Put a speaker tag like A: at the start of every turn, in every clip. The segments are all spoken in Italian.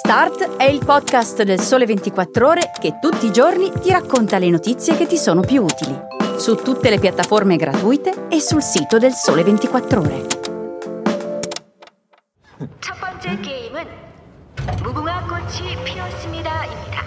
A: Start è il podcast del Sole 24 Ore che tutti i giorni ti racconta le notizie che ti sono più utili. Su tutte le piattaforme gratuite e sul sito del Sole 24 Ore.
B: 첫 번째 게임은 무궁화 꽃이 피었습니다입니다.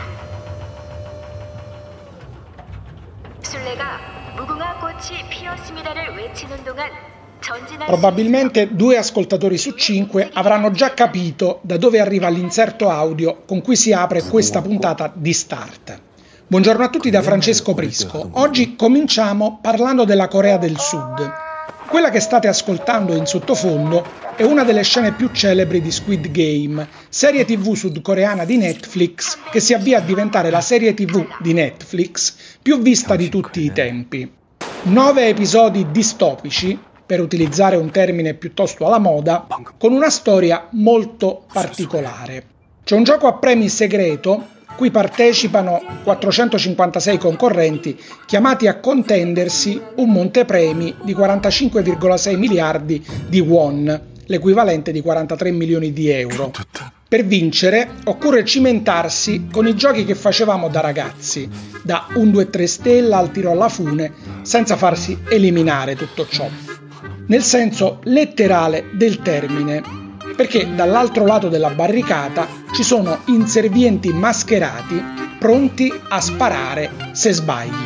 B: 술래가 무궁화 꽃이 피었습니다를 외치는 동안
C: Probabilmente 2 ascoltatori su 5 avranno già capito da dove arriva l'inserto audio con cui si apre questa puntata di Start. Buongiorno a tutti da Francesco Prisco. Oggi cominciamo parlando della Corea del Sud. Quella che state ascoltando in sottofondo è una delle scene più celebri di Squid Game, serie TV sudcoreana di Netflix che si avvia a diventare la serie TV di Netflix più vista di tutti i tempi. 9 episodi distopici, per utilizzare un termine piuttosto alla moda, con una storia molto particolare. C'è un gioco a premi segreto, cui partecipano 456 concorrenti chiamati a contendersi un montepremi di 45,6 miliardi di won, l'equivalente di 43 milioni di euro. Per vincere occorre cimentarsi con i giochi che facevamo da ragazzi, da 1, 2, 3 stella al tiro alla fune, senza farsi eliminare tutto ciò. Nel senso letterale del termine, perché dall'altro lato della barricata ci sono inservienti mascherati pronti a sparare se sbagli.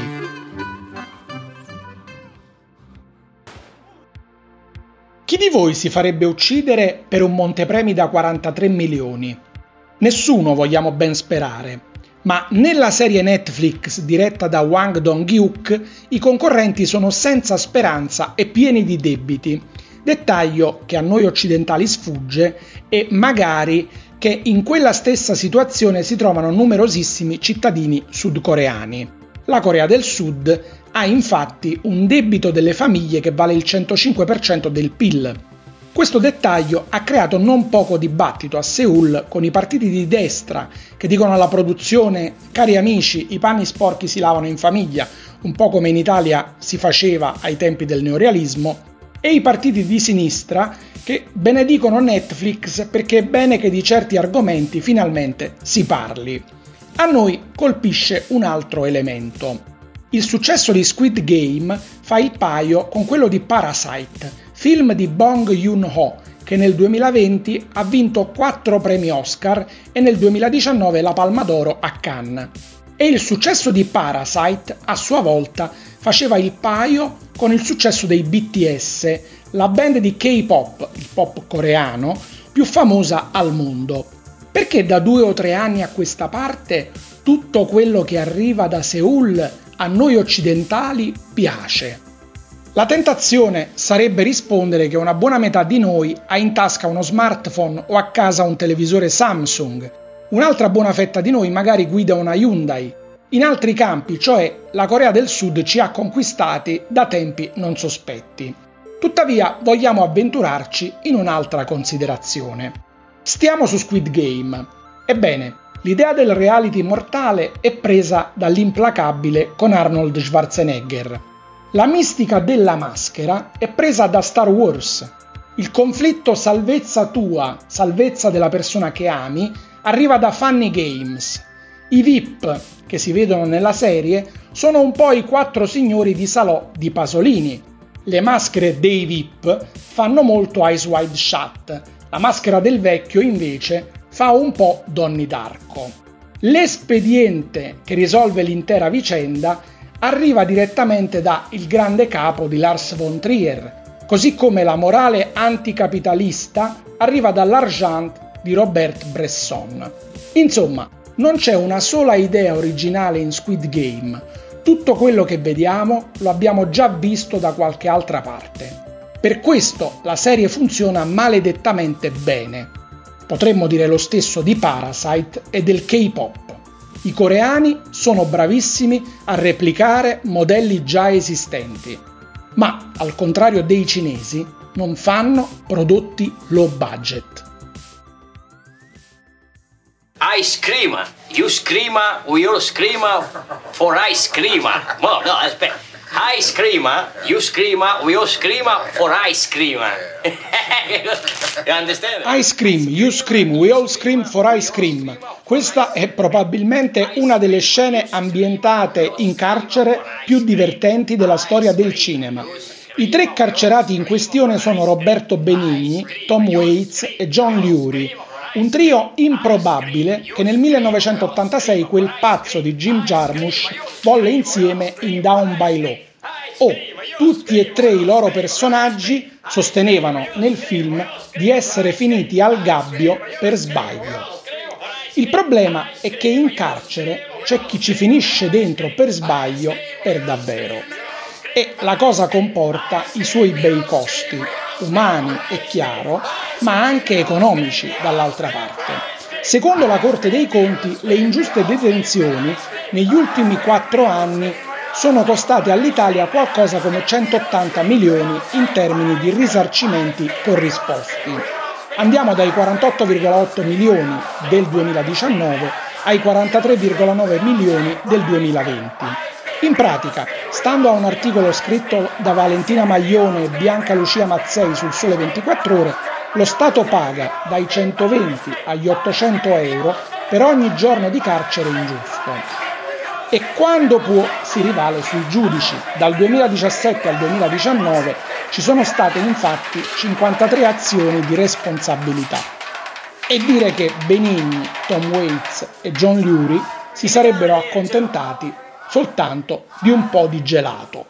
C: Chi di voi si farebbe uccidere per un montepremi da 43 milioni? Nessuno, vogliamo ben sperare. Ma nella serie Netflix diretta da Hwang Dong-hyuk i concorrenti sono senza speranza e pieni di debiti. Dettaglio che a noi occidentali sfugge e magari che in quella stessa situazione si trovano numerosissimi cittadini sudcoreani. La Corea del Sud ha infatti un debito delle famiglie che vale il 105% del PIL. Questo dettaglio ha creato non poco dibattito a Seoul con i partiti di destra che dicono alla produzione: cari amici, i panni sporchi si lavano in famiglia, un po' come in Italia si faceva ai tempi del neorealismo, e i partiti di sinistra che benedicono Netflix perché è bene che di certi argomenti finalmente si parli. A noi colpisce un altro elemento. Il successo di Squid Game fa il paio con quello di Parasite, film di Bong Joon-ho, che nel 2020 ha vinto 4 premi Oscar e nel 2019 la Palma d'Oro a Cannes. E il successo di Parasite, a sua volta, faceva il paio con il successo dei BTS, la band di K-pop, il pop coreano, più famosa al mondo. Perché da 2 o 3 anni a questa parte tutto quello che arriva da Seoul a noi occidentali piace? La tentazione sarebbe rispondere che una buona metà di noi ha in tasca uno smartphone o a casa un televisore Samsung. Un'altra buona fetta di noi magari guida una Hyundai. In altri campi, cioè, la Corea del Sud ci ha conquistati da tempi non sospetti. Tuttavia, vogliamo avventurarci in un'altra considerazione. Stiamo su Squid Game. Ebbene, l'idea del reality mortale è presa dall'Implacabile con Arnold Schwarzenegger. La mistica della maschera è presa da Star Wars. Il conflitto salvezza tua, salvezza della persona che ami, arriva da Funny Games. I VIP, che si vedono nella serie, sono un po' i 4 signori di Salò di Pasolini. Le maschere dei VIP fanno molto Eyes Wide Shut. La maschera del vecchio, invece, fa un po' Donnie Darko. L'espediente che risolve l'intera vicenda arriva direttamente da Il grande capo di Lars von Trier, così come la morale anticapitalista arriva dall'Argent di Robert Bresson. Insomma, non c'è una sola idea originale in Squid Game. Tutto quello che vediamo lo abbiamo già visto da qualche altra parte. Per questo la serie funziona maledettamente bene. Potremmo dire lo stesso di Parasite e del K-pop. I coreani sono bravissimi a replicare modelli già esistenti, ma al contrario dei cinesi non fanno prodotti low budget.
D: I scream, you scream, we all scream for ice cream. No, aspetta. Ice cream, you scream, we all scream for ice cream. You understand?
C: Ice cream, you scream, we all scream for ice cream. Questa è probabilmente una delle scene ambientate in carcere più divertenti della storia del cinema. I tre carcerati in questione sono Roberto Benigni, Tom Waits e John Lurie, un trio improbabile che nel 1986 quel pazzo di Jim Jarmusch volle insieme in Down by Law. Tutti e tre i loro personaggi sostenevano nel film di essere finiti al gabbio per sbaglio. Il problema è che in carcere c'è chi ci finisce dentro per sbaglio per davvero. E la cosa comporta i suoi bei costi, umani è chiaro, ma anche economici dall'altra parte. Secondo la Corte dei Conti, le ingiuste detenzioni negli ultimi 4 anni sono costate all'Italia qualcosa come 180 milioni in termini di risarcimenti corrisposti. Andiamo dai 48,8 milioni del 2019 ai 43,9 milioni del 2020. In pratica, stando a un articolo scritto da Valentina Maglione e Bianca Lucia Mazzei sul Sole 24 Ore, lo Stato paga dai 120 agli 800 euro per ogni giorno di carcere ingiusto. E quando può si rivale sui giudici. Dal 2017 al 2019 ci sono state infatti 53 azioni di responsabilità. E dire che Benigni, Tom Waits e John Lurie si sarebbero accontentati soltanto di un po' di gelato.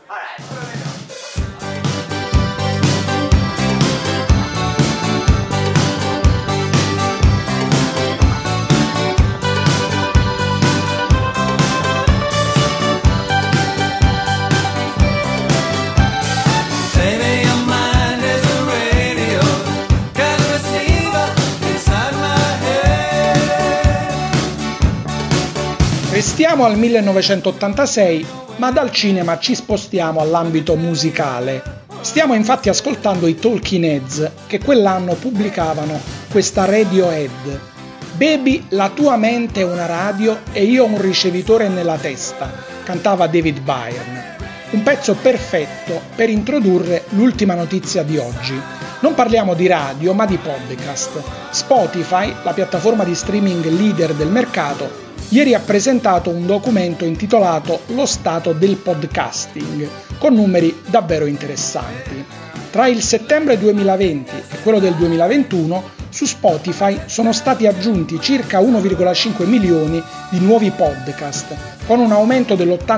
C: Restiamo al 1986, ma dal cinema ci spostiamo all'ambito musicale. Stiamo infatti ascoltando i Talking Heads, che quell'anno pubblicavano questa Radiohead. Baby, la tua mente è una radio e io ho un ricevitore nella testa, cantava David Byrne. Un pezzo perfetto per introdurre l'ultima notizia di oggi. Non parliamo di radio, ma di podcast. Spotify, la piattaforma di streaming leader del mercato, ieri ha presentato un documento intitolato Lo stato del podcasting, con numeri davvero interessanti. Tra il settembre 2020 e quello del 2021, su Spotify sono stati aggiunti circa 1,5 milioni di nuovi podcast, con un aumento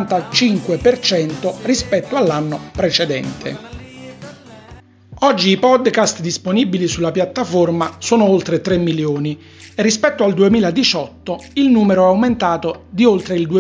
C: dell'85% rispetto all'anno precedente. Oggi i podcast disponibili sulla piattaforma sono oltre 3 milioni e rispetto al 2018 il numero è aumentato di oltre il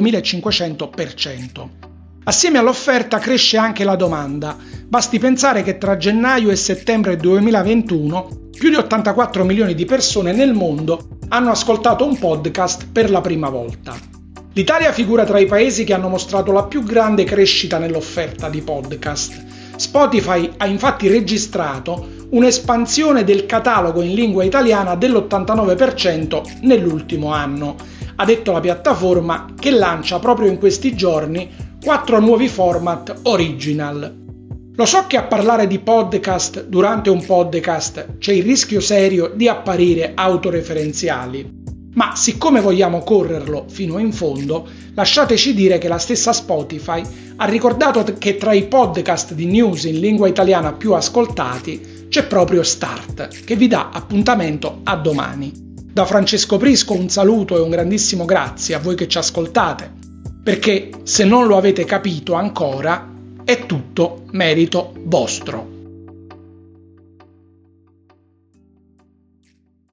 C: 2500%. Assieme all'offerta cresce anche la domanda, basti pensare che tra gennaio e settembre 2021 più di 84 milioni di persone nel mondo hanno ascoltato un podcast per la prima volta. L'Italia figura tra i paesi che hanno mostrato la più grande crescita nell'offerta di podcast. Spotify ha infatti registrato un'espansione del catalogo in lingua italiana dell'89% nell'ultimo anno, ha detto la piattaforma che lancia proprio in questi giorni 4 nuovi format original. Lo so che a parlare di podcast durante un podcast c'è il rischio serio di apparire autoreferenziali, ma siccome vogliamo correrlo fino in fondo, lasciateci dire che la stessa Spotify ha ricordato che tra i podcast di news in lingua italiana più ascoltati c'è proprio Start, che vi dà appuntamento a domani. Da Francesco Prisco un saluto e un grandissimo grazie a voi che ci ascoltate, perché se non lo avete capito ancora, è tutto merito vostro.